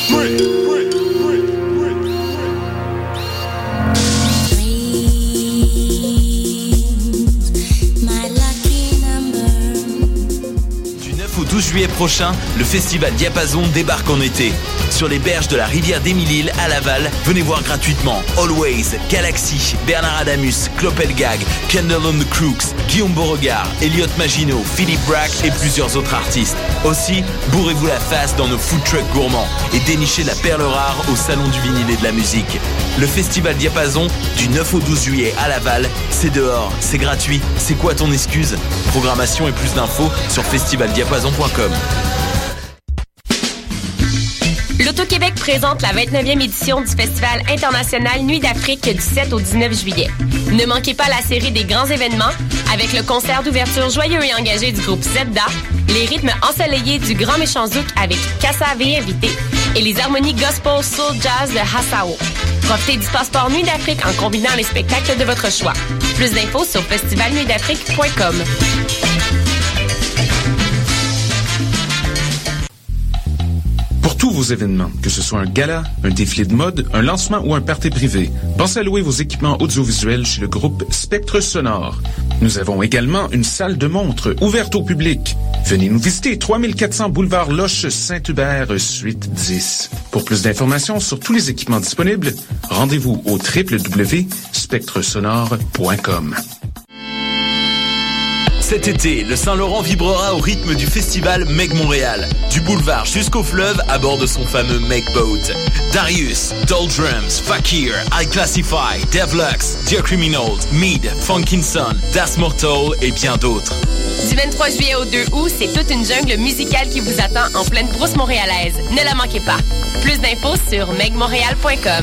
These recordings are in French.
Au 12 juillet prochain, le festival Diapason débarque en été. Sur les berges de la rivière d'Émile-Île à Laval, venez voir gratuitement Always, Galaxy, Bernard Adamus, Clopelgag, Candle on the Crooks, Guillaume Beauregard, Elliot Maginot, Philippe Brack et plusieurs autres artistes. Aussi, bourrez-vous la face dans nos food trucks gourmands et dénichez la perle rare au Salon du vinyle et de la musique. Le festival Diapason, du 9 au 12 juillet à Laval, c'est dehors, c'est gratuit, c'est quoi ton excuse? Programmation et plus d'infos sur festivaldiapason.com. L'Auto-Québec présente la 29e édition du Festival international Nuit d'Afrique du 7 au 19 juillet. Ne manquez pas la série des grands événements avec le concert d'ouverture joyeux et engagé du groupe Zebda, les rythmes ensoleillés du Grand Méchant Zouk avec Kassavé invité et les harmonies gospel soul jazz de Hassao. Profitez du passeport Nuit d'Afrique en combinant les spectacles de votre choix. Plus d'infos sur festivalnuitdafrique.com. Pour tous vos événements, que ce soit un gala, un défilé de mode, un lancement ou un party privé, pensez à louer vos équipements audiovisuels chez le groupe Spectre Sonore. Nous avons également une salle de montre ouverte au public. Venez nous visiter, 3400 boulevard Loche Saint-Hubert, suite 10. Pour plus d'informations sur tous les équipements disponibles, rendez-vous au www.spectresonore.com. Cet été, le Saint-Laurent vibrera au rythme du festival Meg Montréal. Du boulevard jusqu'au fleuve à bord de son fameux Meg Boat. Darius, Doldrums, Fakir, I Classify, Devlux, Dear Criminals, Mead, Funkinson, Das Mortal et bien d'autres. Du 23 juillet au 2 août, c'est toute une jungle musicale qui vous attend en pleine brousse montréalaise. Ne la manquez pas. Plus d'infos sur megmontréal.com.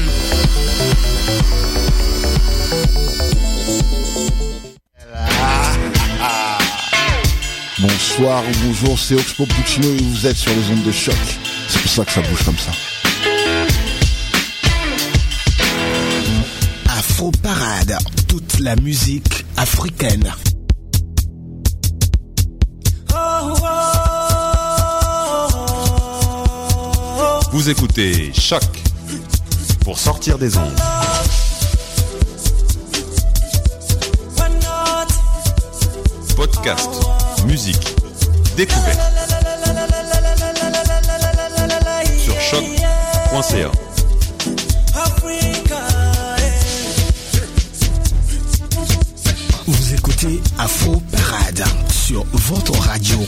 Bonsoir ou bonjour, c'est Oxpo Puccino et vous êtes sur les ondes de choc. C'est pour ça que ça bouge comme ça. Afro Parade, toute la musique africaine. Vous écoutez Choc pour sortir des ondes. Podcast, musique, découverte. Sur choc.ca. Vous écoutez Afro Parade sur votre radio.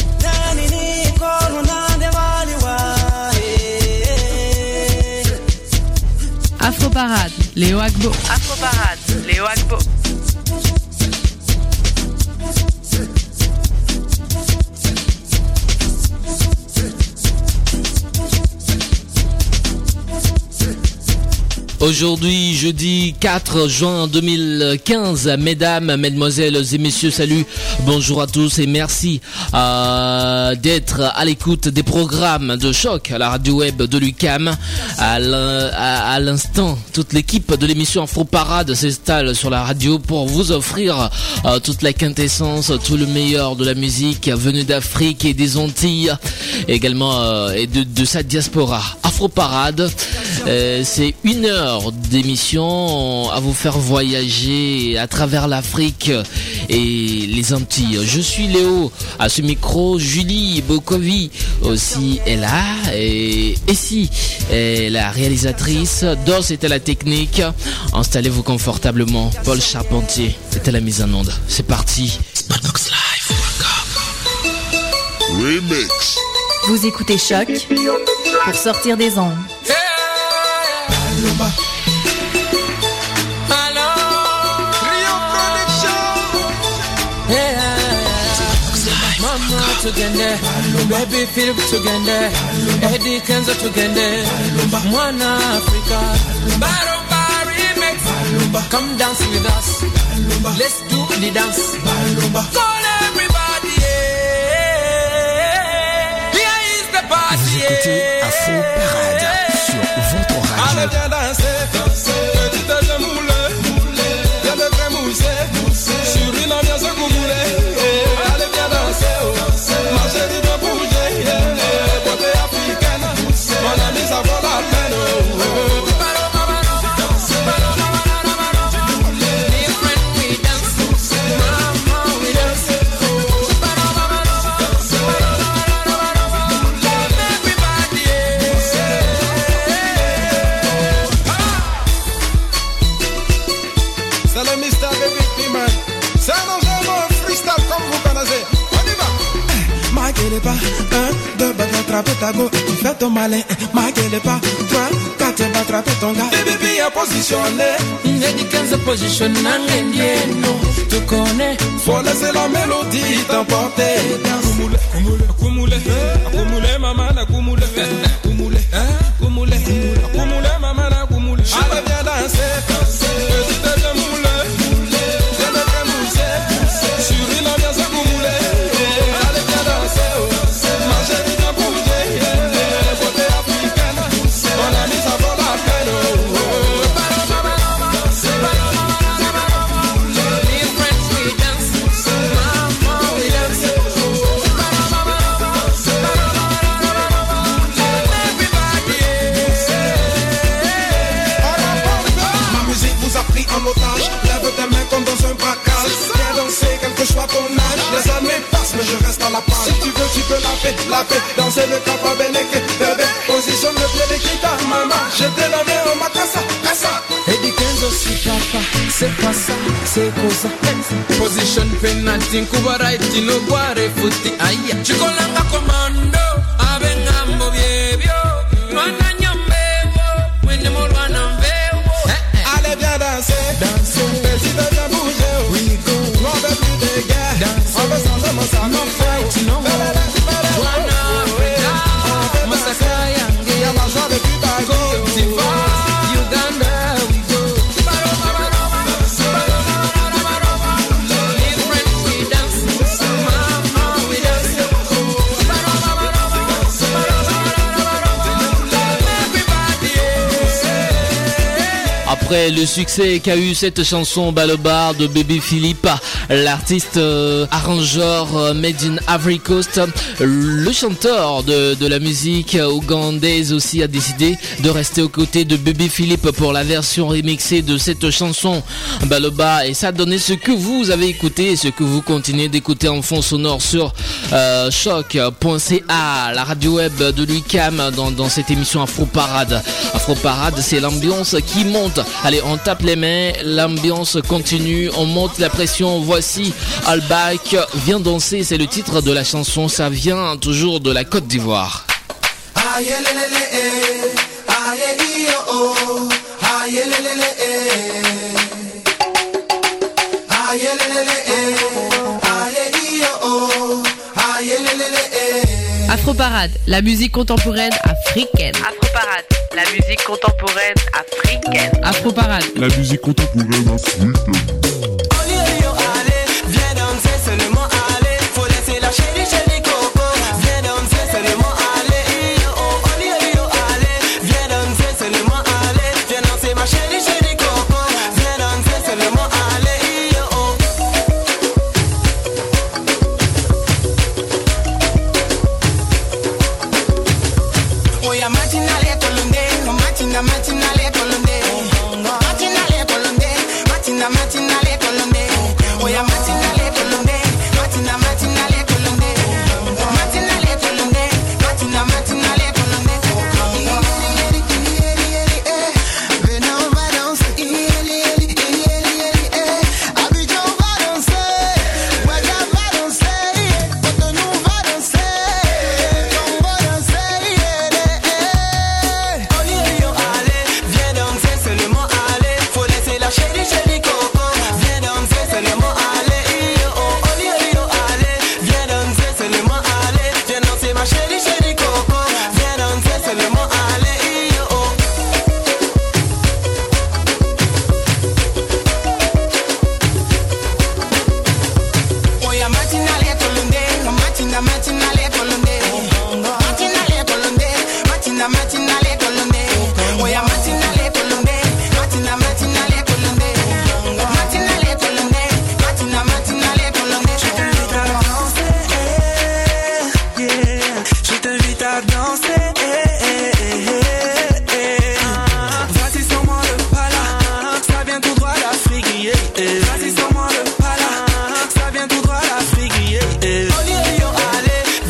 Afro Parade, Léo Agbo. Afro Parade, Léo Agbo. Aujourd'hui, jeudi 4 juin 2015, mesdames, mesdemoiselles et messieurs, salut, bonjour à tous et merci d'être à l'écoute des programmes de Choc à la radio web de l'UQAM. À l'instant, toute l'équipe de l'émission Afro Parade s'installe sur la radio pour vous offrir toute la quintessence, tout le meilleur de la musique venue d'Afrique et des Antilles, également et de sa diaspora. Afro Parade, c'est une heure d'émission à vous faire voyager à travers l'Afrique et les Antilles. Je suis Léo à ce micro, Julie Bokovi aussi est là et Essie est la réalisatrice, Dos était la technique. Installez-vous confortablement, Paul Charpentier était la mise en onde. C'est parti. Spanox Live. Remix. Vous écoutez Choc pour sortir des ondes. Together, baby feel together, Eddie Kenzo together, Mwana Africa, Barumba remix, come dance with us, let's do the dance, call everybody, here is the party. Vous écoutez Afro Parade sur votre radio. Allez viens danser, petit jeu moulé, viens de très mousser, sur une ambiance couboulée, allez viens danser. Ma chérie de bouger, beauté africaine, mon ami ça vole. gueule pas. 1, 2, va t'attraper ta go. Tu fais ton malin, ma gueule pas. 3, 4, va attraper ton gars. Baby, à positionner. J'ai dit 15 positions, tu connais. Faut laisser la mélodie t'emporter. Koumoule, koumoule, koumoule, maman, la koumoule. Koumoule, koumoule, koumoule, maman, la koumoule. Allez, viens danser, petit viens mouler. Viens me faire mousser, sur une ambiance koumoule. Allez, viens danser, ma chérie, viens bouger. Beauté africaine, mon ami, ça vaut la peine. Lève tes mains comme dans un braquage. Viens danser, quel que soit ton âge. Les années passent, mais je reste à la page. Si tu veux, tu peux la paix. Danser le cap à Beneke, bébé. Positionne le pied de guitare, maman. Je te la viens en ma casa, casa. Et dit 15 aussi, papa. C'est pas ça, c'est cosa. Position penalty, Kuba right, no guare futi. Aïe, tu colanga commando. Avengambo vievio. Mwana nyambevo. Mwende molwana mvevo. Allez, viens danser. Si tu viens bouger, oui, go. On veut plus de guerre. On veut sans homme, ça m'en fait. Non, Après le succès qu'a eu cette chanson Balobar de Bébé Philippe, l'artiste arrangeur Made in Ivory Coast, le chanteur de la musique ougandaise aussi a décidé de rester aux côtés de Bébé Philippe pour la version remixée de cette chanson Balobar, et ça a donné ce que vous avez écouté et ce que vous continuez d'écouter en fond sonore sur choc.ca, la radio web de l'UQAM dans cette émission Afro Parade. Afro Parade, c'est l'ambiance qui monte. Allez, on tape les mains, l'ambiance continue, on monte la pression. Voici Albac, Viens danser, c'est le titre de la chanson, ça vient toujours de la Côte d'Ivoire. Afro Parade, la musique contemporaine africaine. Afro Parade, la musique contemporaine africaine. Afro Parade, la musique contemporaine africaine. Viens danser seulement aller, faut laisser la chérie chérie coco. Viens danser seulement aller, oh oli oli oh allez. Viens danser seulement aller, viens danser ma chérie chérie coco. Viens danser seulement aller, oh. Oh ya matinale tolonde, matinale tolonde. Matinale tolonde, matinale tolonde. Oh ya matinale tolonde, matinale tolonde. Matinale tolonde, matinale tolonde. Venez on va danser, Abidjan va danser, Ouaga va danser, Cotonou va danser, on va danser. Oli oli oh allez, viens danser seulement allez, faut laisser la chérie chérie coco. Viens danser seulement allez, oh oli oli oh allez, viens danser seulement allez, viens danser ma chérie chérie coco. Viens danser seulement allez, oh. Oh ya matinale tolonde, matinale tolonde. Matinale tolonde, matinale tolonde. Oh ya matinale tolonde, matinale tolonde. Matinale tolonde, matinale tolonde. Je t'invite à danser, Vas-y sans moi le pala, ça vient tout droit d'Afrique, Vas-y sans moi le pala, ça vient tout droit d'Afrique, Oli oli oh allez,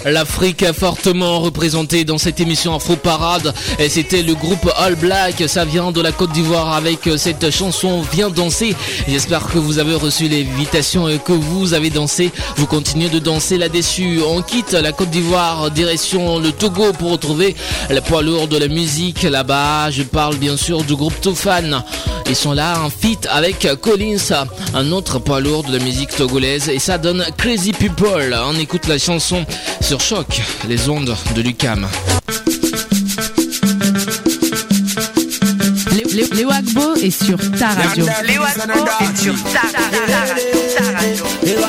L'Afrique fortement représentée dans cette émission Afro Parade, et c'était le groupe All Black, ça vient de la Côte d'Ivoire avec cette chanson Viens danser. J'espère que vous avez reçu l'invitation et que vous avez dansé, vous continuez de danser là-dessus. On quitte la Côte d'Ivoire, direction le Togo pour retrouver le poids lourd de la musique là-bas. Je parle bien sûr du groupe Toufan. Ils sont là en feat avec Collins, un autre poids lourd de la musique togolaise, et ça donne Crazy People. On écoute la chanson sur Choc, les ondes de l'UQAM. Léo Agbo est sur ta radio. Léo Agbo est sur ta radio.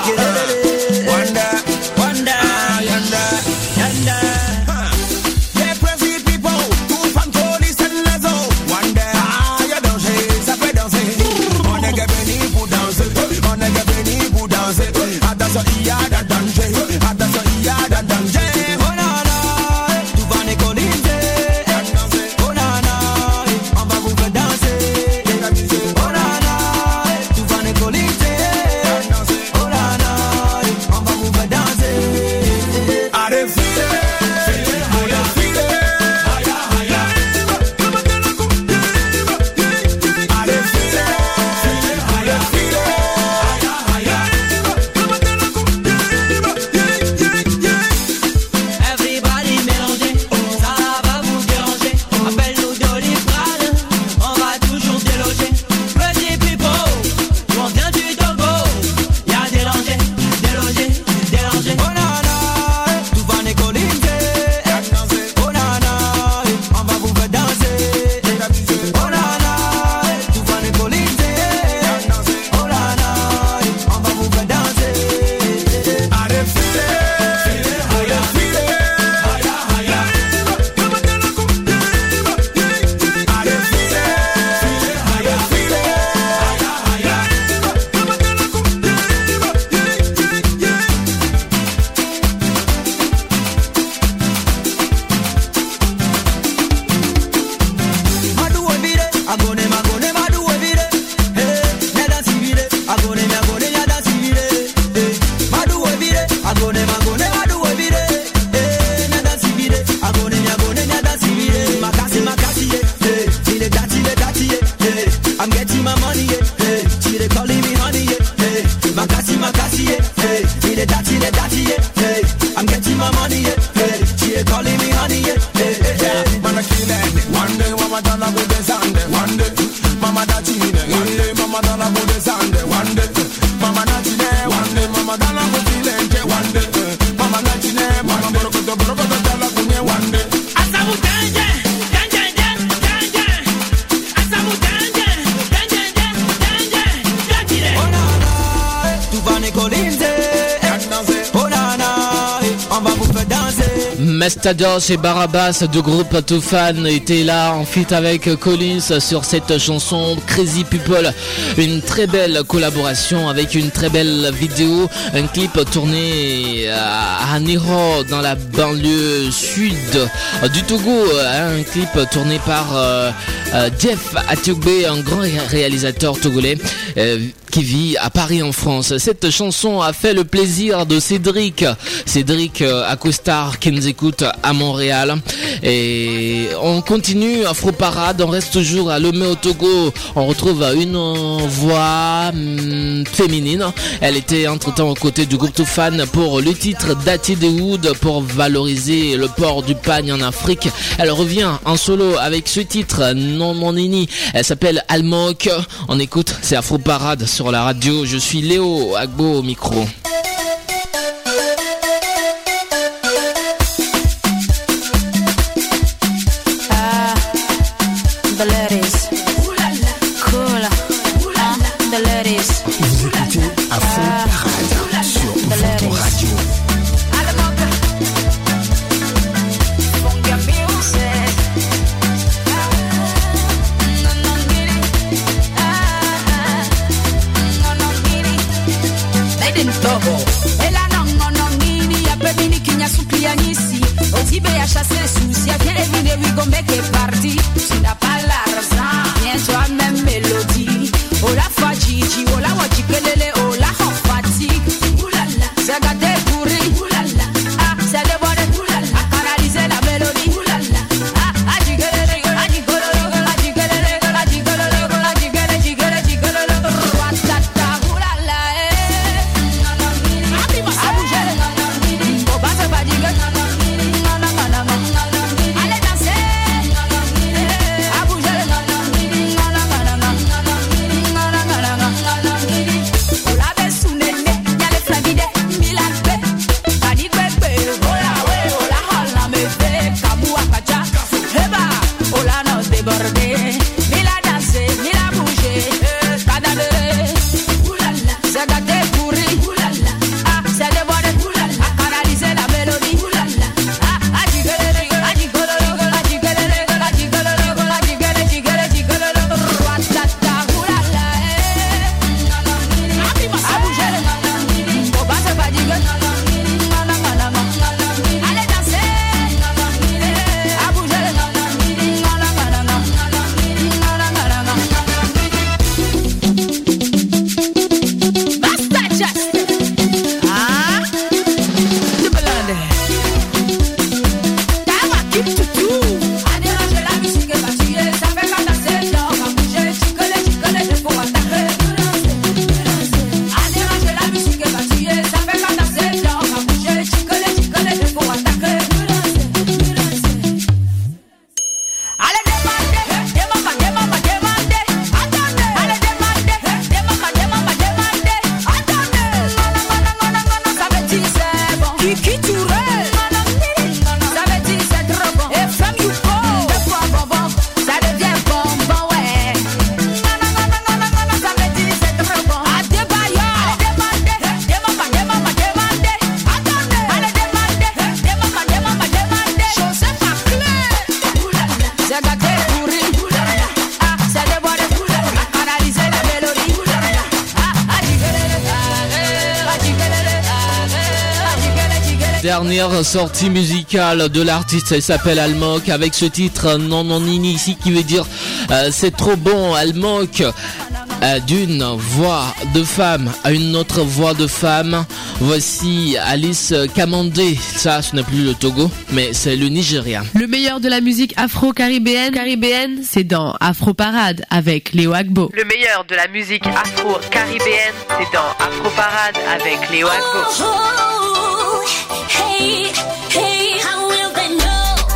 Mestados et Barabas de groupe Toufan étaient là en feat avec Collins sur cette chanson Crazy People. Une très belle collaboration avec une très belle vidéo, un clip tourné à Niro dans la banlieue sud du Togo, un clip tourné par Jeff Atiogbe, un grand réalisateur togolais qui vit à Paris en France. Cette chanson a fait le plaisir de Cédric Acostar qui nous écoute à Montréal. Et on continue Afro Parade, on reste toujours à Lomé au Togo. On retrouve une voix féminine. Elle était entre-temps aux côtés du groupe Toufan pour le titre Dati de Wood pour valoriser le port du pagne en Afrique. Elle revient en solo avec ce titre Non Mon Nini. Elle s'appelle Almok. On écoute, c'est Afro Parade sur la radio. Je suis Léo Agbo au micro. The ladies, cool, the ladies. Vous écoutez Afro Parade sur votre radio. Double. qui tourelle. Ça veut dire c'est trop bon. Et from you go. Deux fois bonbon, ça devient bonbon, ouais. Ça veut dire c'est trop bon. À deux bailleurs. Allez demander. Attendez. Allez demander. Chose pas claire. C'est gâté pourri. Ah, c'est déboré. Analyser la mélodie. Dernière sortie musicale de l'artiste, elle s'appelle Almok avec ce titre Non Non Nini ici qui veut dire c'est trop bon. Almok d'une voix de femme à une autre voix de femme. Voici Alice Kamandé. Ça, ce n'est plus le Togo, mais c'est le Nigeria. Le meilleur de la musique afro-caribéenne, c'est dans Afro Parade avec Léo Agbo. Le meilleur de la musique afro-caribéenne, c'est dans Afro Parade avec Léo Agbo. Hey, hey, how will they know?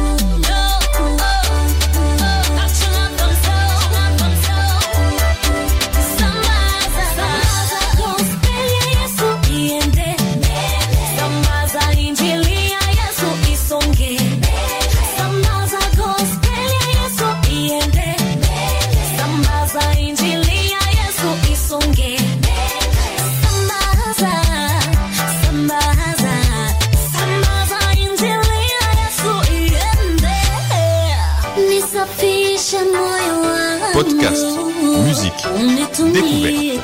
Podcast, musique, découverte.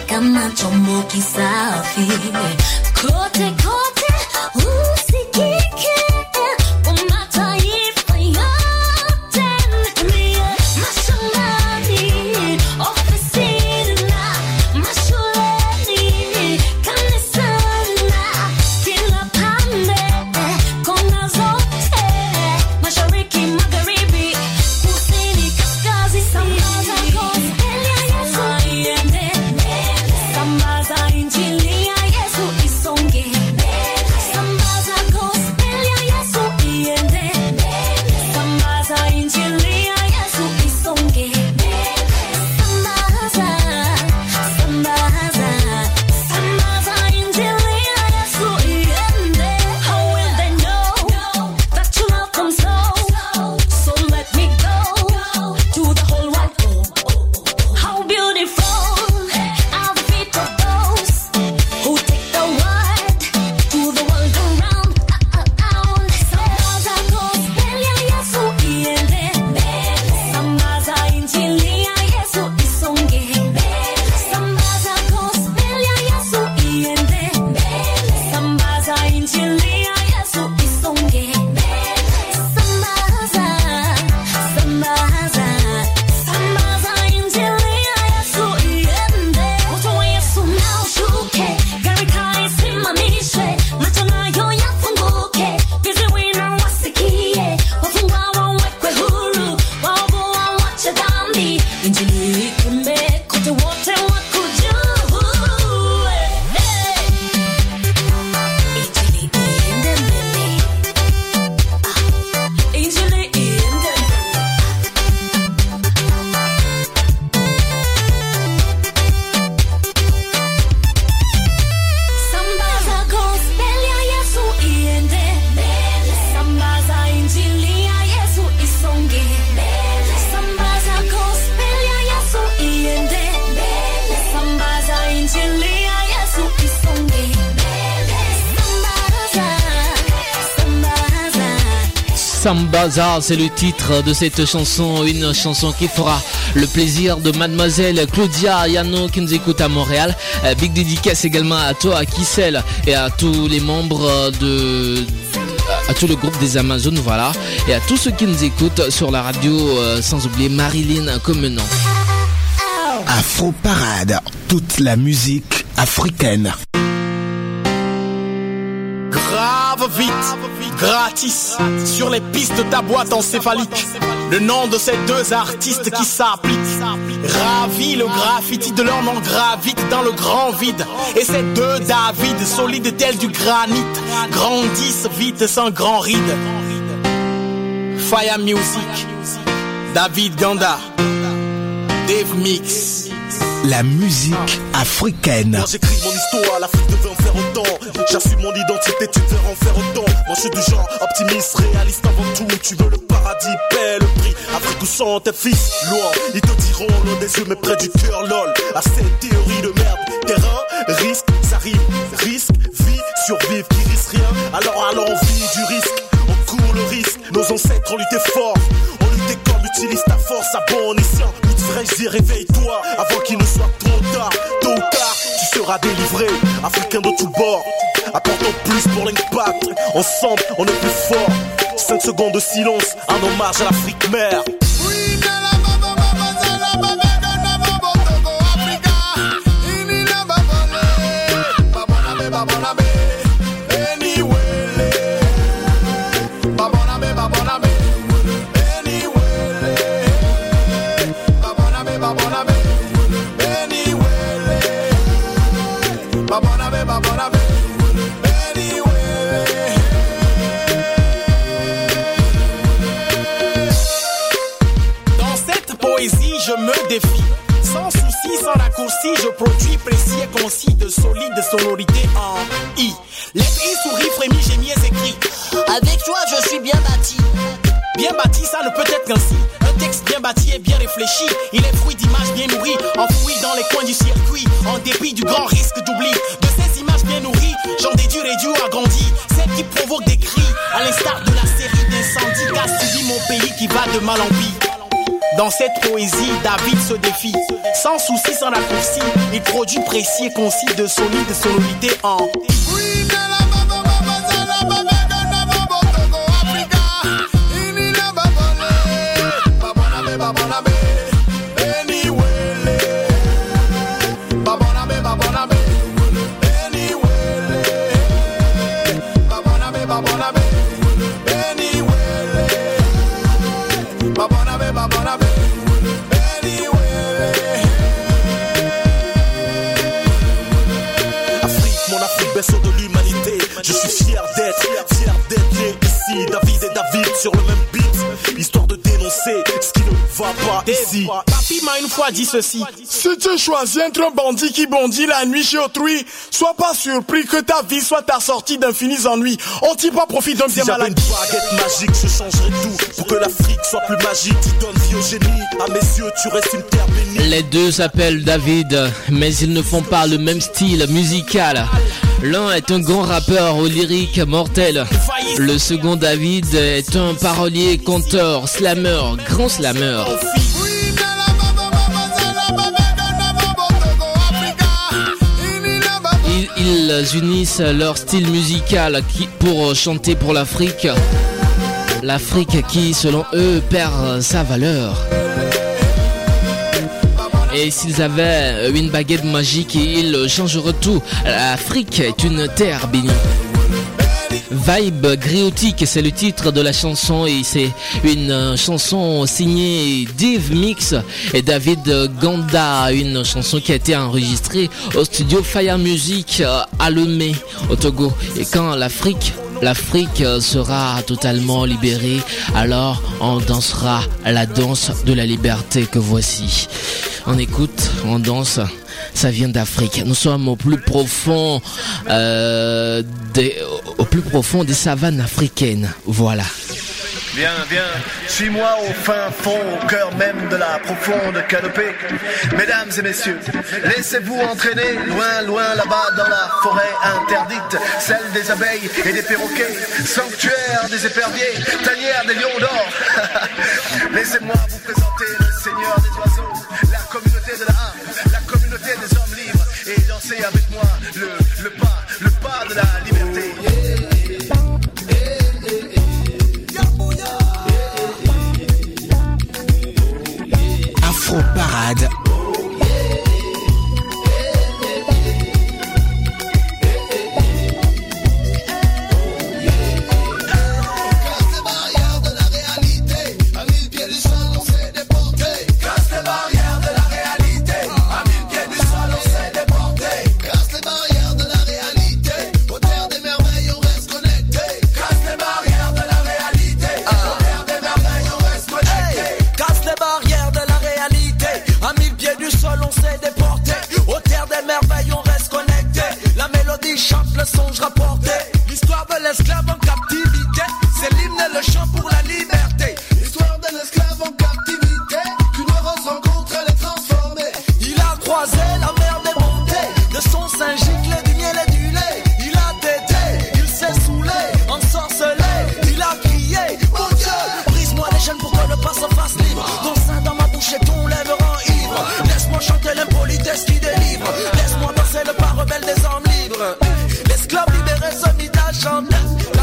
Sambaza, c'est le titre de cette chanson, une chanson qui fera le plaisir de mademoiselle Claudia Yano qui nous écoute à Montréal. Big dédicace également à toi, à Kissel et à tous les membres à tout le groupe des Amazones, voilà, et à tous ceux qui nous écoutent sur la radio, sans oublier Marilyn Comenon. Afro Parade, toute la musique africaine. Grave vite, gratis, sur les pistes de ta boîte encéphalique. Le nom de ces deux artistes qui s'appliquent. Ravi, le graffiti de leur nom gravite dans le grand vide. Et ces deux David, solides tels du granit, grandissent vite sans grand ride. Fire Music, David Ganda, Dave Mix. la musique africaine. Moi j'écris mon histoire, l'Afrique devait en faire autant. J'assume mon identité, tu devrais en faire autant. Moi je suis du genre optimiste, réaliste avant tout. Tu veux le paradis, paie le prix. Afrique où sont tes fils, loin. Ils te diront loin des yeux mais près du cœur, lol. À cette théorie de merde, terrain, risque, ça rime. Risque, vie, survivre, qui risque rien. Alors à l'envie du risque, on court le risque. Nos ancêtres ont lutté fort. On luttait comme utilise ta force à bon escient. Lutte vraie, je dis réveille-toi avant qu'il ne soit trop tard. Tôt ou tard, tu seras délivré. Africain de tous bords, apportons plus pour l'impact. Ensemble, on est plus fort. 5 secondes de silence, un hommage à l'Afrique mère. Je me défie, sans souci, sans raccourci, je produis précis et concis, de solides sonorités en I. Lettres I, souris, frémis, gémis et écrits. Avec toi, je suis bien bâti. Bien bâti, ça ne peut être qu'ainsi. Un texte bien bâti et bien réfléchi. Il est fruit d'images bien nourries, enfouies dans les coins du circuit. En dépit du grand risque d'oubli. De ces images bien nourries, j'en déduis réduit ou agrandi. Celles qui provoquent des cris, à l'instar de la série d'incendies qu'a subi mon pays qui va de mal en pis. Dans cette poésie, David se défie. Sans souci, sans raccourci, il produit précis et concis, de solides sonorités en berceau de l'humanité. Je suis fier d'être né ici. David et David sur le même beat, histoire de dénoncer ce qui ne va pas ici. Papi m'a une fois dit ceci: si tu choisis entre un bandit qui bondit la nuit chez autrui, sois pas surpris que ta vie soit ta sortie d'infinis ennuis. On tire pas profit d'un bien malade. Si j'avais une baguette magique, je changerais tout pour que l'Afrique soit plus magique. Tu donnes vie au génie, à mes yeux tu restes une terre bénie. Les deux s'appellent David, mais ils ne font pas le même style musical. L'un est un grand rappeur aux lyriques mortels. Le second, David, est un parolier, conteur, slammer, grand slammer. Ils unissent leur style musical pour chanter pour l'Afrique. L'Afrique qui, selon eux, perd sa valeur. Et s'ils avaient une baguette magique, ils changeraient tout. L'Afrique est une terre bénie. Vibe griotique, c'est le titre de la chanson et c'est une chanson signée Dave Mix et David Ganda, une chanson qui a été enregistrée au studio Fire Music à Lomé au Togo. Et quand l'Afrique sera totalement libérée, alors on dansera la danse de la liberté que voici. On écoute, on danse, ça vient d'Afrique. Nous sommes au plus profond des savanes africaines. Voilà. Viens, suis-moi au fin fond, au cœur même de la profonde canopée. Mesdames et messieurs, laissez-vous entraîner loin là-bas dans la forêt interdite, celle des abeilles et des perroquets, sanctuaire des éperviers, tanière des lions d'or. Laissez-moi vous présenter le seigneur des oiseaux, la communauté de l'âme, la communauté des hommes libres, et danser avec moi le pas de la liberté. Afro Parade. Des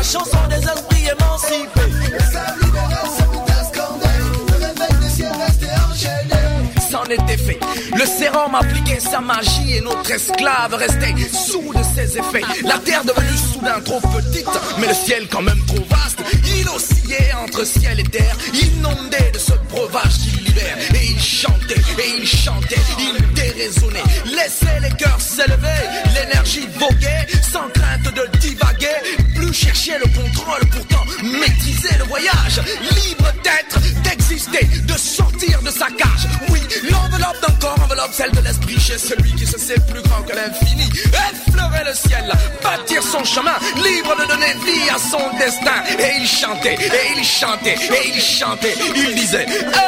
la chanson des esprits émancipés. C'en était fait. Le sérum appliquait sa magie et notre esclave restait sous de ses effets. La terre devenue soudain trop petite, mais le ciel quand même trop vaste. Il oscillait entre ciel et terre, inondé de ce breuvage qui libère. Et il chantait, il déraisonnait, laissait les cœurs s'élever. L'énergie voguait, sans crainte de divaguer. Plus chercher le contrôle, pourtant maîtriser le voyage. Libre d'être, d'exister, de sortir de sa cage. Oui, l'enveloppe d'un corps enveloppe celle de l'esprit chez celui qui se sait plus grand que l'infini. Effleurer le ciel, bâtir son chemin, libre de donner vie à son destin. Et il chantait, et il chantait, et il chantait. Il disait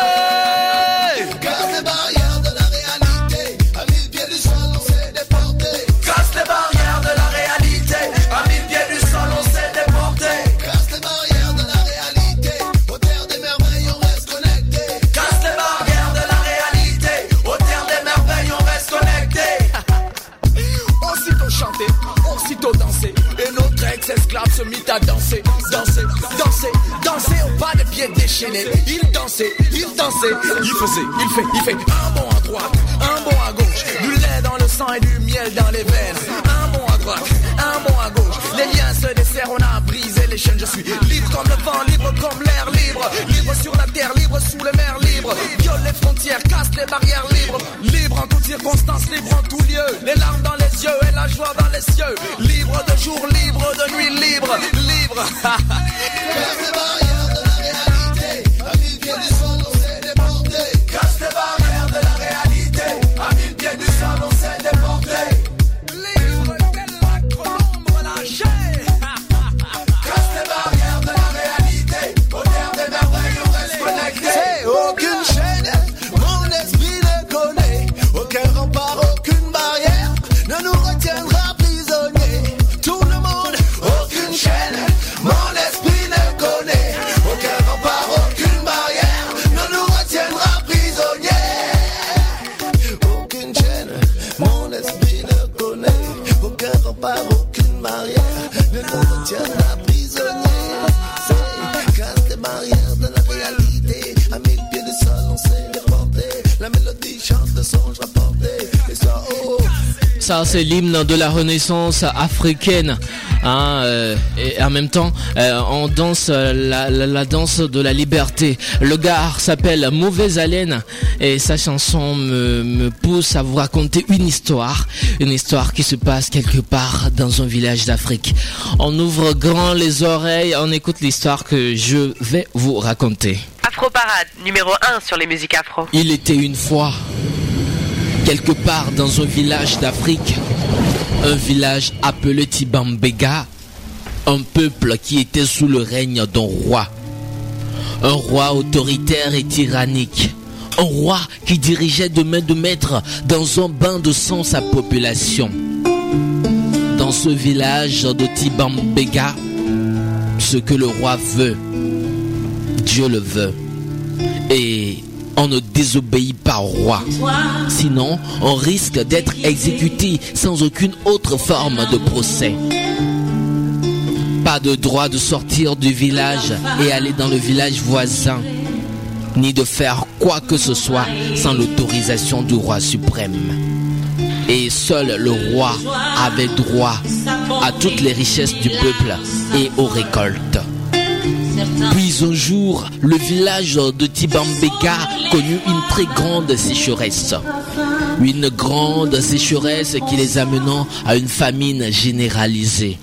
hey! Casse les barrières de la réalité, à 1000 pieds du sol on s'est déporté. Casse les barrières de la réalité, à 1000 pieds du sol on s'est déporté. Casse les barrières de la réalité, aux terres des merveilles on reste connecté. Casse les barrières de la réalité, aux terres des merveilles on reste connecté. Aussitôt chanter, aussitôt danser, et notre ex-esclave se mit à danser, danser, danser, danser au pas de pieds déchaînés. Il dansait, il dansait, il fait un bond à droite, un bond à gauche, du lait dans le sang et du miel dans les veines. Un bond à droite, un bond à gauche, les liens se desserrent, on a brisé les chaînes. Je suis libre comme le vent, libre comme l'air, libre, libre sur la terre, libre sous les mers, libre. Viole les frontières, casse les barrières, libre, libre en toutes circonstances, libre en tout lieu. Les larmes dans les yeux et la joie dans les cieux. Libre de jour, libre de nuit, libre, libre. Casse les barrières de la réalité, à 1000 pieds du sol on s'est déporté. Casse les barrières de la réalité, à 1000 pieds du sol on s'est déporté. Libre tel la colombe lâchée. Casse les barrières de la réalité, aux terres des merveilles on reste connecté. C'est aucune chaîne, mon esprit ne connaît. Aucun rempart, aucune barrière ne nous retiendra prisonniers. Tout le monde, aucune chaîne, mon esprit ne connaît. Aucun rempart, aucune barrière ne nous retiendra prisonniers. Aucune chaîne, mon esprit ne connaît. Aucun rempart, aucune barrière ne nous retiendra prisonniers. C'est casse les barrières de la réalité. À 1000 pieds du sol, on s'est déporté. La mélodie chante le songe rapporté. Et ça, oh. Ça, c'est l'hymne de la Renaissance africaine. Et en même temps, on danse la danse de la liberté. Le gars s'appelle Mauvaise Haleine et sa chanson me pousse à vous raconter une histoire qui se passe quelque part dans un village d'Afrique. On ouvre grand les oreilles, on écoute l'histoire que je vais vous raconter. Afro Parade, numéro 1 sur les musiques afro. Il était une fois, quelque part dans un village d'Afrique, un village appelé Tibambega, un peuple qui était sous le règne d'un roi. Un roi autoritaire et tyrannique. Un roi qui dirigeait de main de maître dans un bain de sang sa population. Dans ce village de Tibambega, ce que le roi veut, Dieu le veut. Et on ne désobéit pas au roi. Sinon, on risque d'être exécuté sans aucune autre forme de procès. Pas de droit de sortir du village et aller dans le village voisin, ni de faire quoi que ce soit sans l'autorisation du roi suprême. Et seul le roi avait droit à toutes les richesses du peuple et aux récoltes. Puis un jour, le village de Tibambega connut une très grande sécheresse. Une grande sécheresse qui les amenant à une famine généralisée.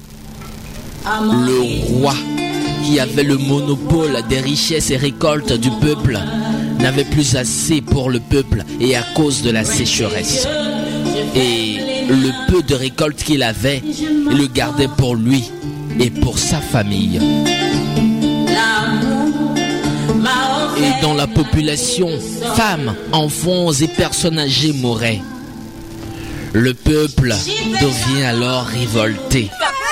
Le roi, qui avait le monopole des richesses et récoltes du peuple, n'avait plus assez pour le peuple et à cause de la sécheresse. Et le peu de récolte qu'il avait, il le gardait pour lui et pour sa famille. Et dans la population, femmes, enfants et personnes âgées mouraient. Le peuple devient alors révolté.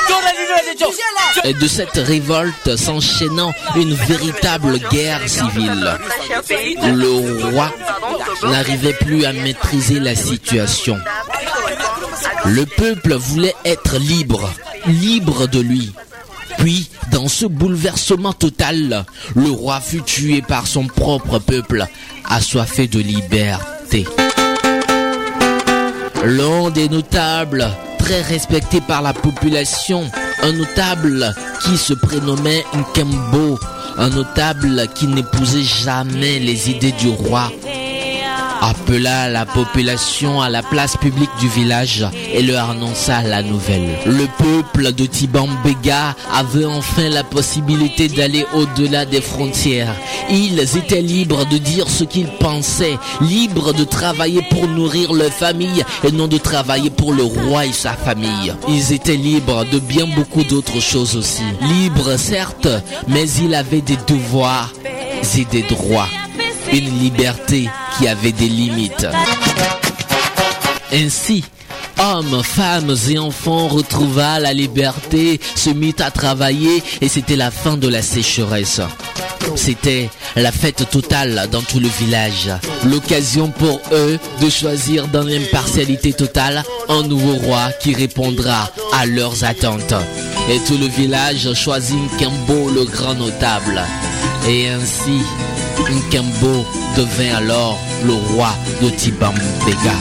Et de cette révolte s'enchaînant une véritable guerre civile. Le roi n'arrivait plus à maîtriser la situation. Le peuple voulait être libre, libre de lui. Puis, dans ce bouleversement total, le roi fut tué par son propre peuple, assoiffé de liberté. L'un des notables, très respecté par la population, un notable qui se prénommait Nkembo, un notable qui n'épousait jamais les idées du roi, appela la population à la place publique du village et leur annonça la nouvelle. Le peuple de Tibambega avait enfin la possibilité d'aller au-delà des frontières. Ils étaient libres de dire ce qu'ils pensaient, libres de travailler pour nourrir leur famille et non de travailler pour le roi et sa famille. Ils étaient libres de bien beaucoup d'autres choses aussi. Libres certes, mais ils avaient des devoirs et des droits. Une liberté qui avait des limites. Ainsi, hommes, femmes et enfants retrouva la liberté, se mit à travailler et c'était la fin de la sécheresse. C'était la fête totale dans tout le village. L'occasion pour eux de choisir dans l'impartialité totale un nouveau roi qui répondra à leurs attentes. Et tout le village choisit Nkembo, le grand notable. Et ainsi, Nkembo devint alors le roi de Tibambega.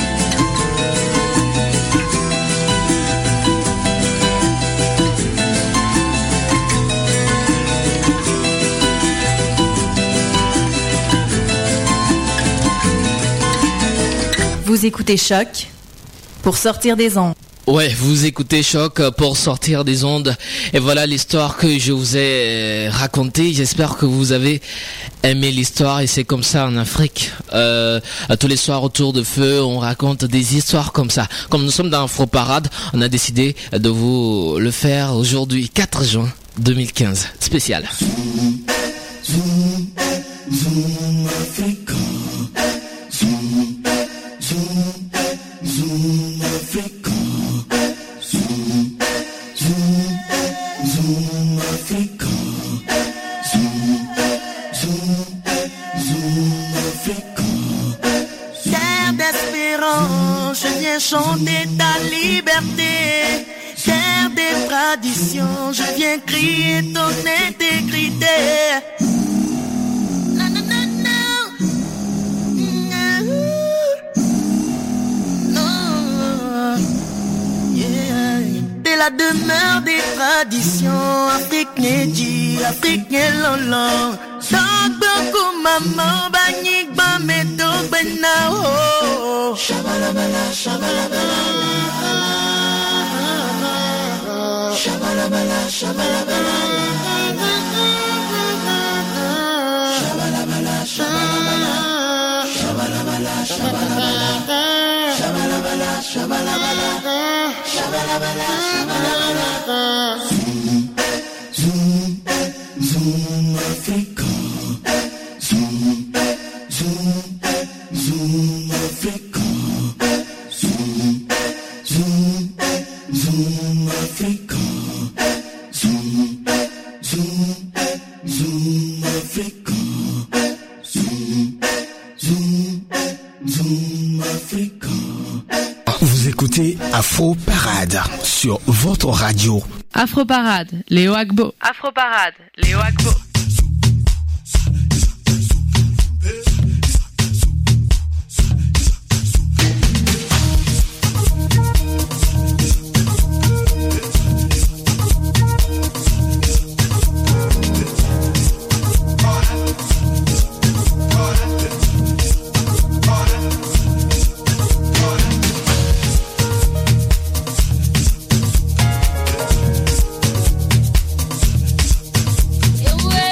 Vous écoutez Choc pour sortir des ondes. Ouais, vous écoutez Choc pour sortir des ondes. Et voilà l'histoire que je vous ai racontée. J'espère que vous avez aimé l'histoire. Et c'est comme ça en Afrique. Tous les soirs autour de feu, on raconte des histoires comme ça. Comme nous sommes dans Afro Parade, on a décidé de vous le faire aujourd'hui, 4 juin 2015. Spécial. Terre d'espérance, je viens chanter ta liberté. Terre des traditions, je viens crier ton intégrité. T'es la demeure des traditions. Afrique Nedji, Afrique Nelolo. Tant beaucoup maman, bagnik bameto benao. Shabalabala, shabalabala. Shabalabala, shabalabala. Shabalabala, shabalabala. Shabalabala, shabalabala. Shabalabala, shabalabala. Shabalabala, shabalabala. Zoom, zoom, Africa. Zoom, zoom, zoom, Africa. Zoom, zoom, zoom, Africa. Zoom, zoom, zoom, Africa. Zoom, zoom, zoom, Africa. Vous écoutez Afro Parade sur votre radio. Afro Parade, Léo Agbo. Afro Parade, Léo Agbo. Yeah.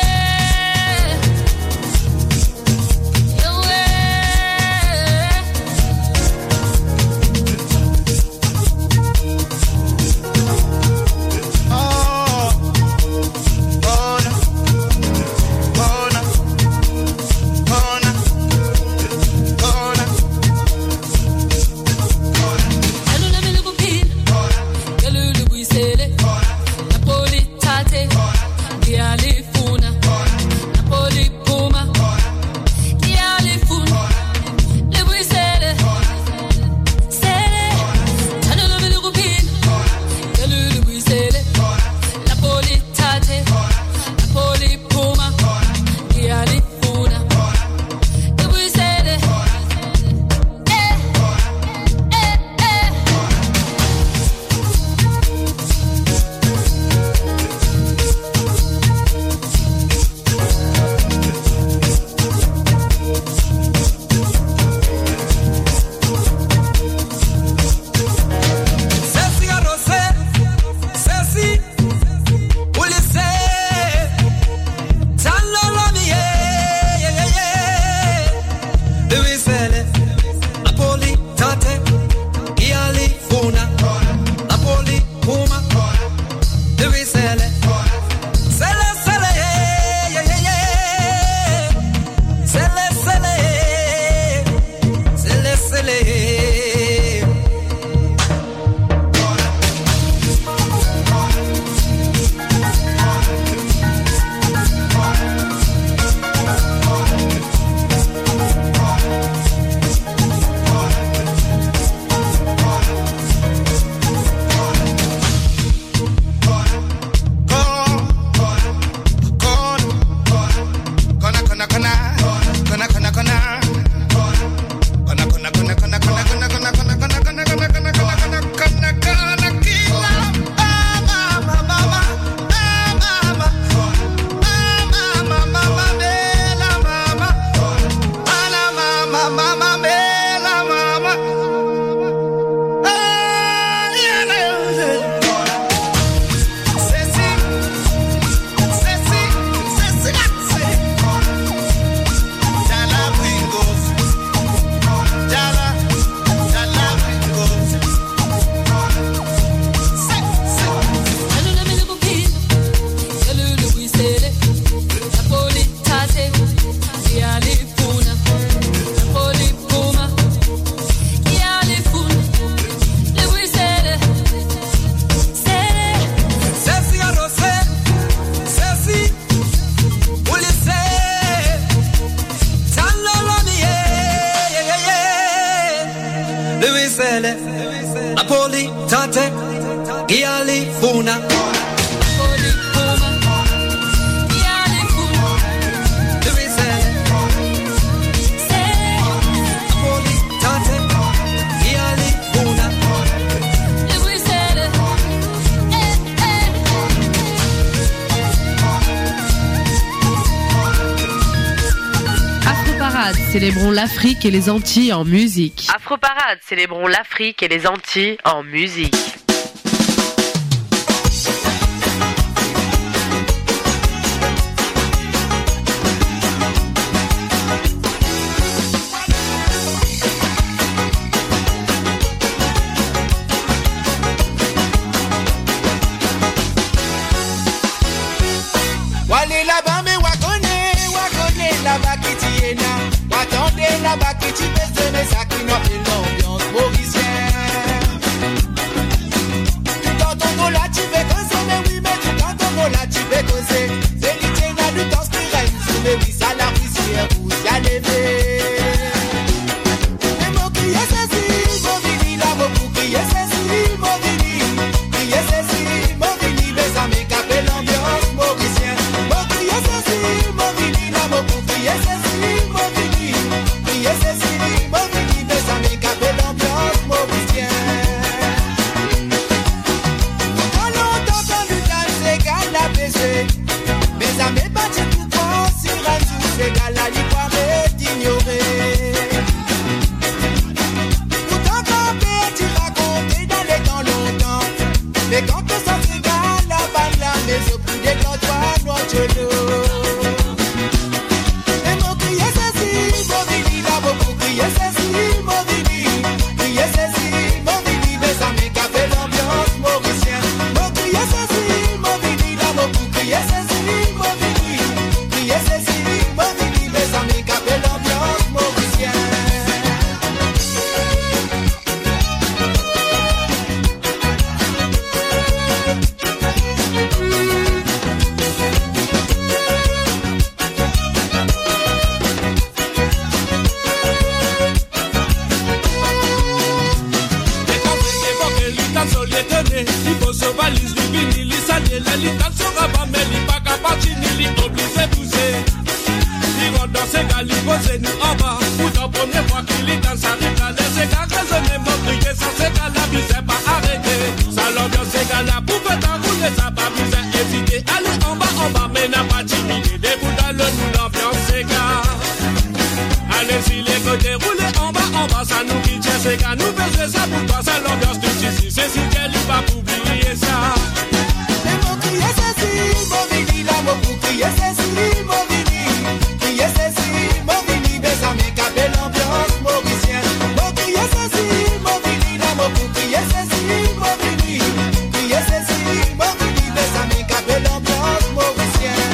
Napoli, Tate, Giali, Funa. Célébrons l'Afrique et les Antilles en musique. Afro-Parade, célébrons l'Afrique et les Antilles en musique. Wale là-bas, mais wakone là-bas qui tienne. Attendez là-bas qui tu baisses mes sacs et l'ambiance mauricienne. Tout dans ton dos là tu fais causer, mais oui, mais tout dans ton dos là tu fais causer. C'est l'idée là du temps qui règne, mais oui, ça la poussière où y'a levé. Mais mon crier c'est si, mon vini là, mon crier c'est si, mon vini. Crier c'est si, mon vini, mais ça m'écape l'ambiance mauricienne. Mon crier c'est si, mon vini là, mon crier c'est si, mon vini. Crier c'est si, mon vini, mais ça m'écape l'ambiance mauricienne. Quand l'on entend du calme, c'est qu'à la baisser. Mais ça m'est battu tout grand, si rajout, c'est qu'à la libre d'ignorer. Pourtant quand tu racontes dans les temps longtemps. Mais quand on s'en s'égale, la balle la mais au plus des grands toits noirs de l'eau. Et mon crier c'est si, mon vini là, mon crier c'est si, mon vini. Crier c'est si, mon vini, mais ça m'écape l'ambiance mauricienne. Mon crier c'est si, mon vini là, mon crier c'est si, mon vini. Crier c'est si, mon vini, mais ça m'écape l'ambiance mauricienne. Allez-y les côtés, roulez en bas, ça nous dit c'est qu'à nous baiser ça pour toi, c'est l'ambiance de ici, c'est si qu'elle n'est pas pour oublier ça. Mais mon crier c'est si, mon vini là, mon crier c'est si, mon vini. Crier c'est si, mon vini, mais ça m'écape l'ambiance mauricienne. Mon crier c'est si, mon vini là, mon crier c'est si, mon vini. Crier c'est si, mon vini, mais ça m'écape l'ambiance mauricienne.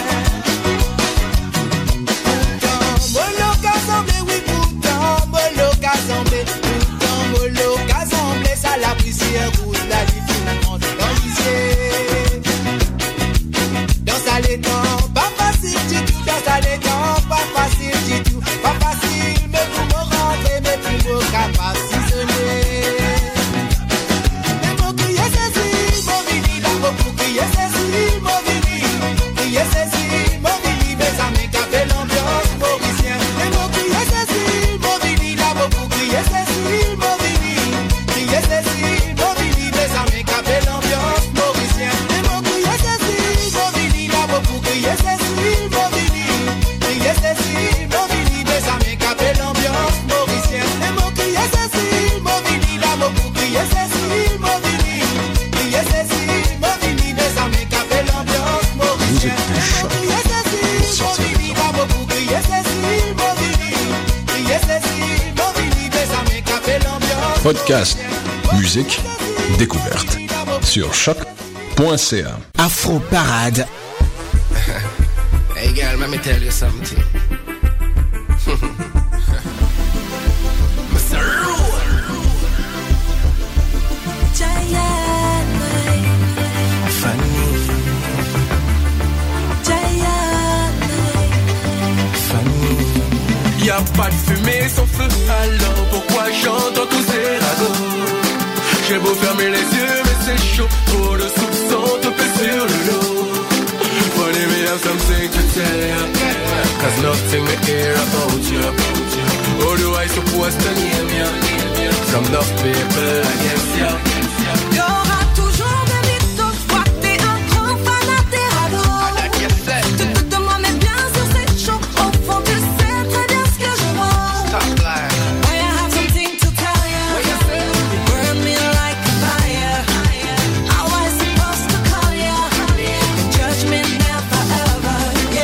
Ça la poussière roule la vie tout le monde dans l'isier. Dans ça les temps, pas facile du tout. Dans ça les temps, pas facile du tout. Pas facile, mais pour me rentrer, mais pour me capaciter. Mais mon crier c'est si, mon vini là, mon crier c'est si, mon vini. Crier c'est si, mon vini, mais ça m'écape l'ambiance mauricienne. Mais mon crier c'est si, mon vini là, mon crier c'est si, mon vini. Crier c'est si, mon vini, mais ça m'écape l'ambiance mauricienne. Et mon crier c'est si, mon vini là, mon crier c'est si, mon vini. Crier c'est si, mon vini, mais ça m'écape l'ambiance mauricienne. Et mon crier c'est si, mon vini là, mon crier c'est si, mon vini. Crier c'est si, mon vini, mais ça m'écape l'ambiance mauricienne. Et mon crier c'est si, mon vini là, mon crier c'est si, mon vini. Crier c'est si, mon vini, mais ça m'écape l'ambiance. Podcast, musique, découverte sur choc.ca. Afro Parade. Hey girl, let me tell you something. Mr. Fanny. Y'a pas de fumée sans feu, alors pourquoi j'entends tous ces ragots? J'ai beau fermer les yeux, mais c'est chaud. Trop de soupçons te pèsent sur le dos. Funny me have something to tell you, 'cause nothing me hear about you. How do I suppose to name you? From enough people against you. Y'aura toujours des mythos, je vois que t'es un grand fanatique ado. Tu te doutes de moi, mais bien sûr c'est chaud. Au fond, tu sais très bien ce que je vaux. Boy, I have something to tell you. You burn me like a fire. How I supposed to call you? And judge me never ever.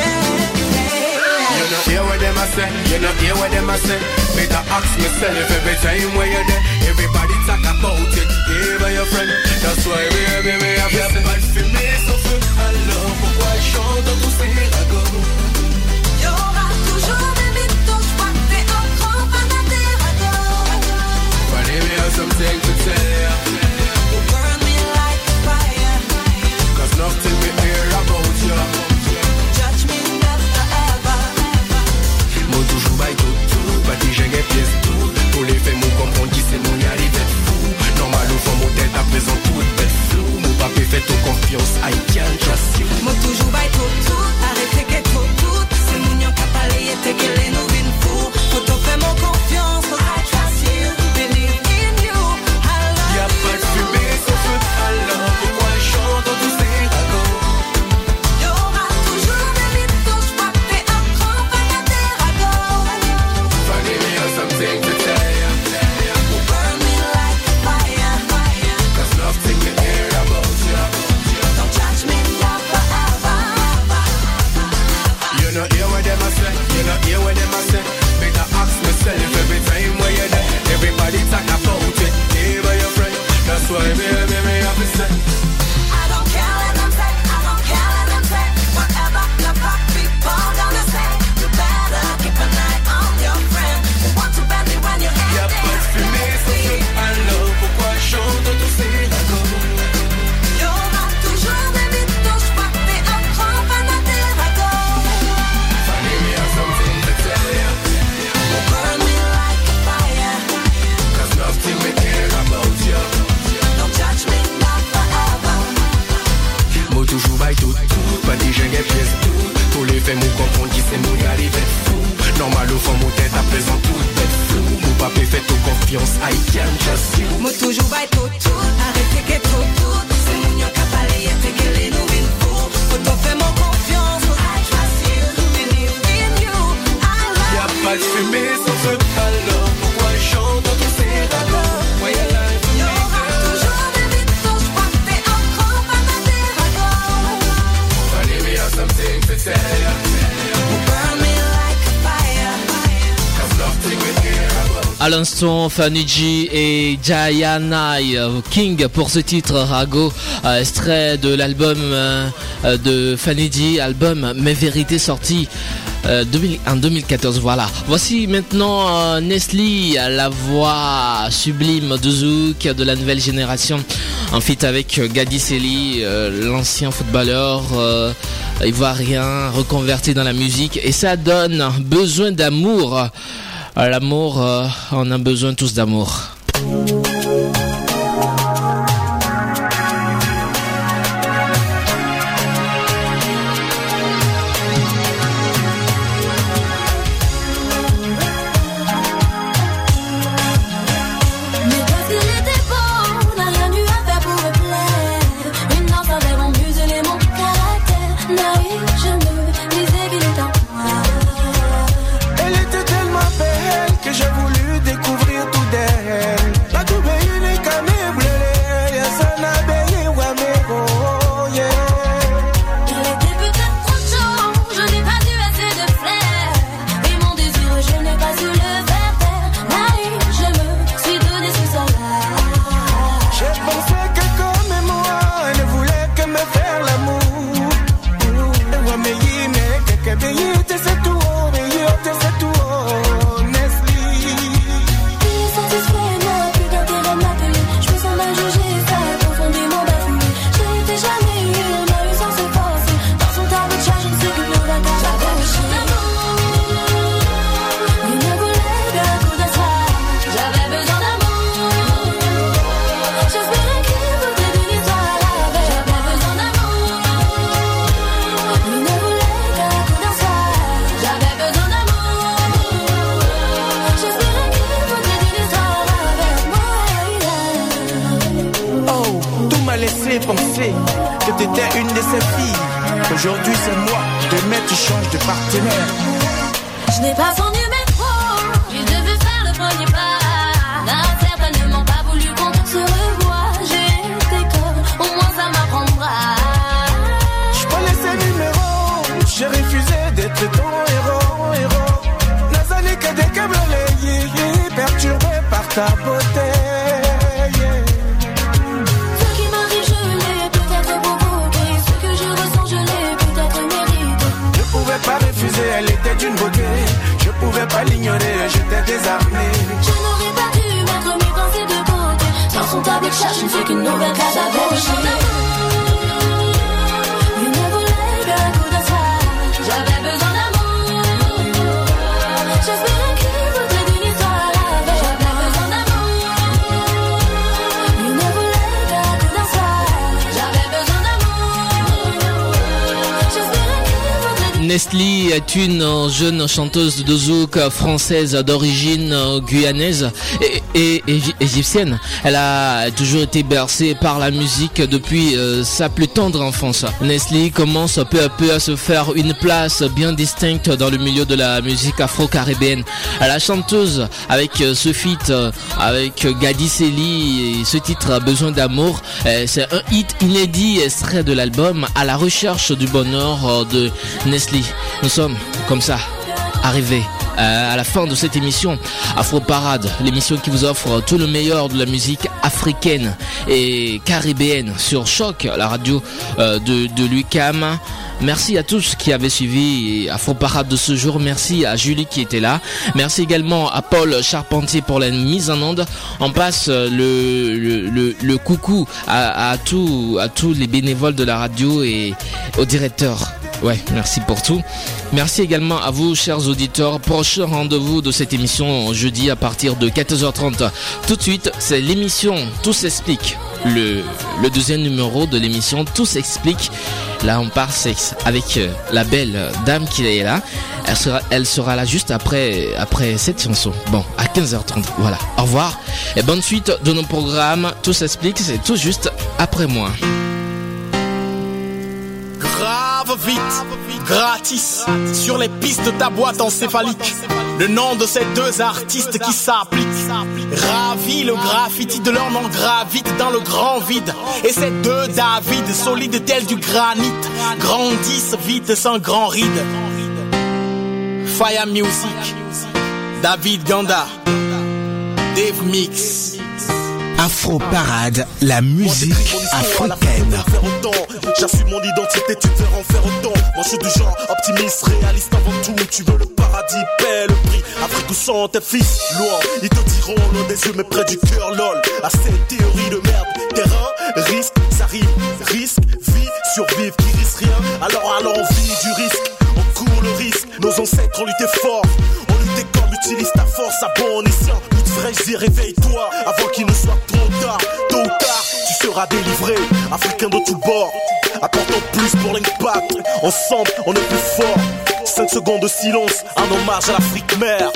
You know hear what them a say, you know hear what them a say. Better ask myself every time where you're there. Everybody talk about it, even your friend. That's why baby, me have to say. Pas de fumée sans feu, alors pourquoi je chante tous ces ragots? Y'aura toujours des mythos, je vois que t'es un grand fanatique ado. Funny me have something to tell you. You burn me like a fire. 'Cause nothing we hear about you. Judge me never ever. Moi toujours bail tout, bâti j'ai des pièces tout. Pour les faits, mon comprendre qui c'est mon y arrive être fou. Normal au fond, mon tête à présent toute bête flou. Mon papé fait tout confiance, I can't trust you. Moi toujours bail tout, arrêtez que tout. C'est mon yon qui a parlé, et t'es qu'elle est nous vine fou. Faut t'en faire mon confiance, faut I trust you. Believe in you, I love you. Y'a pas de fumée sans feu, alors pourquoi je chante tous ces ragots? Y'aura toujours des mythos, je vois que t'es un grand fanatique ado. Funny me have something to tell you. You burn me like a fire. 'Cause nothing we hear about you. Don't judge me never ever. You know hear what them a say, you know hear what them a say. Better ask myself every time where you're there. Everybody talk about it, even your friend. That's why me have to say. I don't care what them say, I don't care what them say. Whatever the fuck people gonna say, you better keep an eye on your friend. Who want to bend me when you ain't Y'a pas de fumée sans feu, alors pourquoi je chante tous ces ragots? Y'aura toujours des mythos, je vois que t'es un grand fanatique ado. Funny me have something to tell you. You burn me like a fire. 'Cause nothing we hear about you. Don't judge me never ever. Moi toujours bail tout, bâti j'ai des pièces tout. Tous les faits, mon comprendre qui c'est mon y arrive être fou. Normal au fond, mon tête à présent toute bête flou. Mon papé fait tout confiance, I can't trust you. Moi toujours bail tout, arrêtez que tout. C'est mon yon qui a parlé, et t'es qu'elle est nous vine fou. Faut t'en faire mon confiance, faut I trust you. Believe in you, I love you. Y'a pas de fumée sans feu, alors pourquoi je chante tous ces ragots? Y'aura toujours des mythos, je vois que t'es un grand fanatique ado. Funny me have something to tell you. You burn me like a fire. 'Cause nothing we hear about. À l'instant, Fanny G et Jayanai King pour ce titre Rago, extrait de l'album de Fanny G, album Mes Vérités, sorti en 2014. Voilà. Voici maintenant Nestlé, la voix sublime de Zouk de la nouvelle génération, en feat avec Gadi Sely, l'ancien footballeur ivoirien reconverti dans la musique, et ça donne Besoin d'amour. L'amour, on a besoin tous d'amour. Elle était tellement belle que j'ai voulu découvrir tout d'elle. J'étais une de ces filles. Aujourd'hui c'est moi. Demain tu changes de partenaire. Je n'ai pas son numéro. Je devais faire le premier pas. N'a certainement pas voulu qu'on se revoie. J'ai été conne, au moins ça m'apprendra. Je connais ses numéros. J'ai refusé d'être ton héros. Nazali que des câbles perturbé par ta beauté. Ce qui m'arrive, je l'ai peut-être provoqué. Ce que je ressens, je l'ai peut-être mérité. Je pouvais pas refuser, elle était d'une beauté. Je pouvais pas l'ignorer, j'étais désarmé. Je n'aurais pas dû mettre mes pensées de côté. Dans son tableau de chat, je ne fais qu'une nouvelle case à boucher. Il ne voulait qu'un coup de soir. J'avais besoin d'amour. J'espérais qu'il voudrait d'une histoire. J'avais besoin d'amour. Il ne voulait qu'un coup de soir. J'avais besoin d'amour. J'espérais qu'il voudrait. Nestlé est une jeune chanteuse de zouk française d'origine guyanaise et égyptienne. Elle a toujours été bercée par la musique depuis sa plus tendre enfance. Nestlé commence peu à peu à se faire une place bien distincte dans le milieu de la musique afro-caribéenne. La chanteuse avec ce feat avec Gadi Sely et ce titre Besoin d'amour, c'est un hit inédit extrait de l'album À la recherche du bonheur de Nestlé. Nous sommes comme ça arrivés à la fin de cette émission Afro Parade, l'émission qui vous offre tout le meilleur de la musique africaine et caribéenne sur Choc, la radio de l'UQAM. Merci à tous qui avaient suivi Afro Parade de ce jour. Merci à Julie qui était là. Merci également à Paul Charpentier pour la mise en onde. On passe le coucou à tous les bénévoles de la radio et au directeur. Ouais, merci pour tout. Merci également à vous, chers auditeurs. Prochain rendez-vous de cette émission jeudi à partir de 14h30. Tout de suite, c'est l'émission Tout s'explique. Le deuxième numéro de l'émission Tout s'explique. Là, on part sexe avec la belle dame qui est là. Elle sera là juste après cette chanson. Bon, à 15h30. Voilà. Au revoir et bonne suite de nos programmes. Tout s'explique, c'est tout juste après moi. Grave vite, gratis, sur les pistes de ta boîte encéphalique. Le nom de ces deux artistes qui s'appliquent. Ravi, le graffiti de leur nom gravite dans le grand vide. Et ces deux David, solides tels du granit, grandissent vite sans grand ride. Fire Music, David Ganda, Dave Mix. Afro Parade, la musique africaine. J'assume mon identité, tu devrais en faire autant. Moi je suis du genre optimiste, réaliste avant tout. Tu veux le paradis, paie le prix. Afrique où sont tes fils, loin. Ils te diront loin des yeux mais près du cœur, lol. À cette théorie de merde, terrain, risque, ça rime. Risque, vie, survivre, qui risque rien. Alors à l'envie du risque, on court le risque. Nos ancêtres ont lutté fort, on lutté comme utilise ta force à bon escient. Dis réveille-toi avant qu'il ne soit trop tard. Tôt ou tard, tu seras délivré. Africain de tous bords, apportons plus pour l'impact. Ensemble, on est plus fort. 5 secondes de silence, un hommage à l'Afrique mère.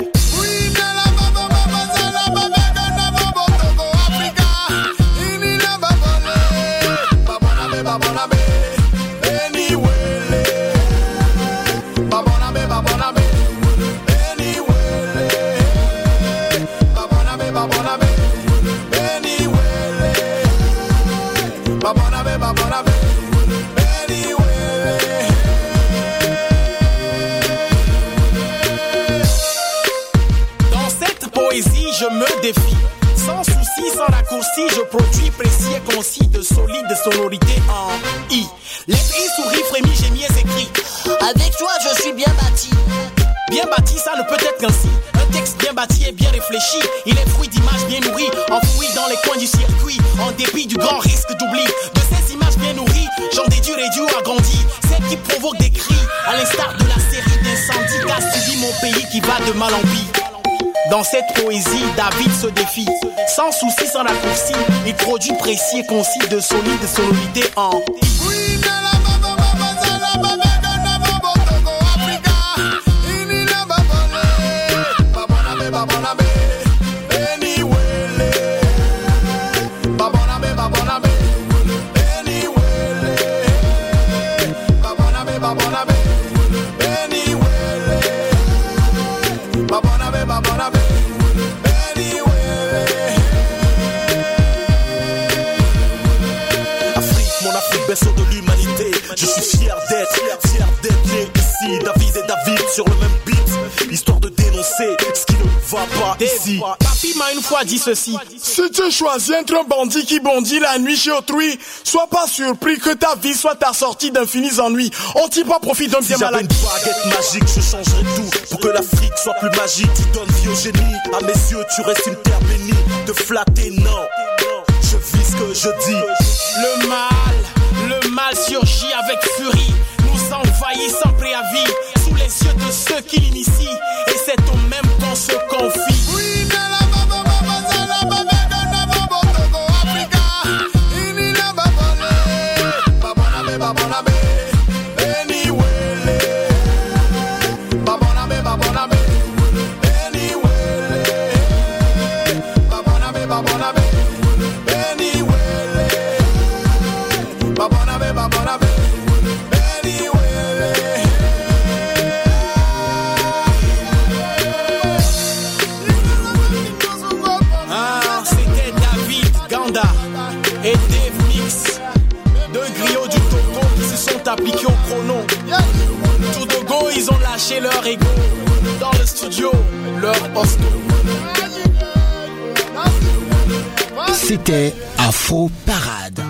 Je me défie, sans souci, sans raccourci, je produis précis et concis de solides sonorités en I. L'esprit sourit, frémit, gémit et s'écrit. Avec toi, je suis bien bâti. Bien bâti, ça ne peut être qu'ainsi. Un texte bien bâti et bien réfléchi. Il est fruit d'images bien nourries, enfouies dans les coins du circuit. En dépit du grand risque d'oubli. De ces images bien nourries, j'en déduis réduit ou agrandi. Celles qui provoquent des cris, à l'instar de la série d'incendies qu'a subi mon pays qui va de mal en pis. Dans cette poésie, David se défie. Sans souci, sans raccourci, il produit précis et concis de solides sonorités en sur le même beat, histoire de dénoncer ce qui ne va pas ici. Papi m'a une fois dit ceci: si tu choisis entre un bandit qui bondit la nuit chez autrui, sois pas surpris que ta vie soit ta sortie d'infinis ennuis. On tire pas profit d'un bien malade. Si j'avais une baguette magique, je changerais tout pour que l'Afrique soit plus magique. Tu donnes vie au génie, à mes yeux tu restes une terre bénie. Te flatter, non, je vis ce que je dis. Le mal surgit avec furie, nous envahit sans préavis, sous les yeux de ceux qui l'initient, et c'est au même qu'on se confie. Appliqués au chrono. Tout de go, ils ont lâché leur ego. Dans le studio, leur poste. C'était Afro Parade.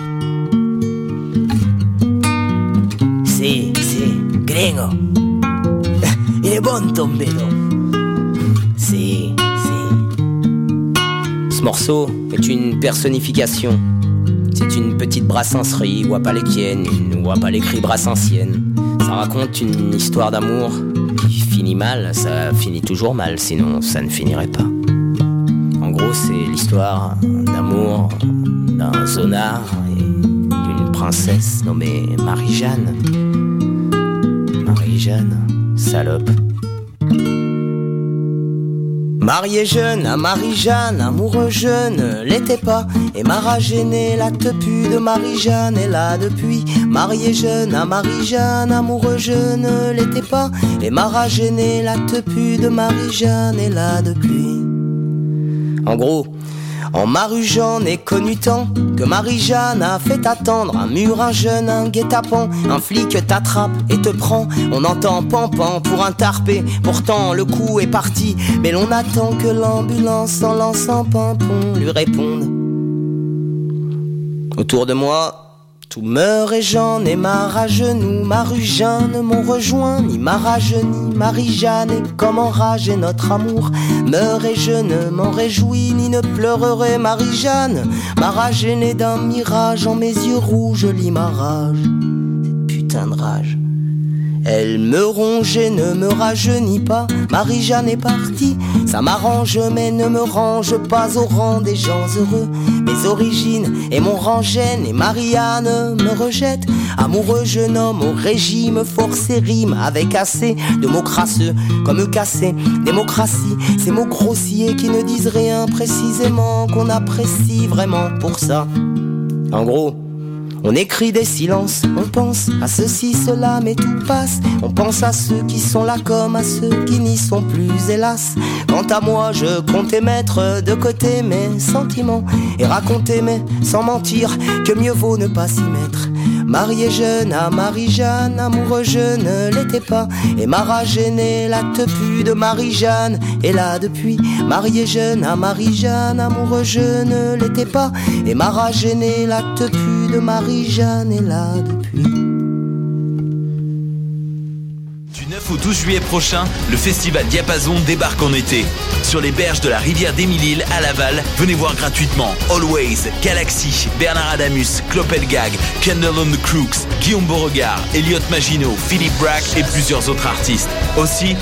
Si, gringo. Il est bon ton bédo. Si. Ce morceau est une personnification. C'est une petite brassenserie, Wapalekienne, une Wapalekri brassensienne. Ça raconte une histoire d'amour qui finit mal, ça finit toujours mal, sinon ça ne finirait pas. En gros, c'est l'histoire d'amour d'un zonard et d'une princesse nommée Marie-Jeanne. Marie-Jeanne, salope. Marié jeune à Marie-Jeanne, amoureux jeune l'était pas. Et Mara gêné la tepu de Marie-Jeanne est là depuis. Marié jeune à Marie-Jeanne, amoureux jeune l'était pas. Et Mara gêné la tepu de Marie-Jeanne est là depuis. En gros, en Marie-Jeanne est connu tant que Marie-Jeanne a fait attendre un mur, un jeune, un guet-apens. Un flic t'attrape et te prend, on entend pan-pan pour un tarpé. Pourtant le coup est parti, mais l'on attend que l'ambulance en lançant pimpon lui réponde. Autour de moi, tout meurt et j'en ai marre à genoux. Marie-Jeanne m'ont rejoint, ni Marage ni Marie-Jeanne. Et comme enragé notre amour meurt et je ne m'en réjouis, ni ne pleurerai Marie-Jeanne. Marage est née d'un mirage, en mes yeux rouges lis ma rage. Cette putain de rage. Elle me ronge et ne me rajeunit pas. Marie-Jeanne est partie, ça m'arrange mais ne me range pas au rang des gens heureux. Mes origines et mon rang gêne et Marianne me rejette. Amoureux jeune homme au régime forcé rime avec assez de mots crasseux comme cassé. Démocratie, ces mots grossiers qui ne disent rien précisément, qu'on apprécie vraiment pour ça. En gros, on écrit des silences, on pense à ceci, cela, mais tout passe. On pense à ceux qui sont là comme à ceux qui n'y sont plus, hélas. Quant à moi, je comptais mettre de côté mes sentiments et raconter, mais sans mentir, que mieux vaut ne pas s'y mettre. Marié jeune à Marie-Jeanne, amoureux je ne l'étais pas. Et Mara gêné la tepu de Marie-Jeanne est là depuis. Marié jeune à Marie-Jeanne, amoureux je ne l'étais pas. Et Mara gêné la tepu de Marie-Jeanne est là depuis. Du 9 au 12 juillet prochain, le festival Diapason débarque en été. Sur les berges de la rivière d'Émile-Île à Laval, venez voir gratuitement Always, Galaxy, Bernard Adamus, Clopelgag, Kendall on the Crooks, Guillaume Beauregard, Elliot Maginot, Philippe Brack et plusieurs autres artistes. Aussi,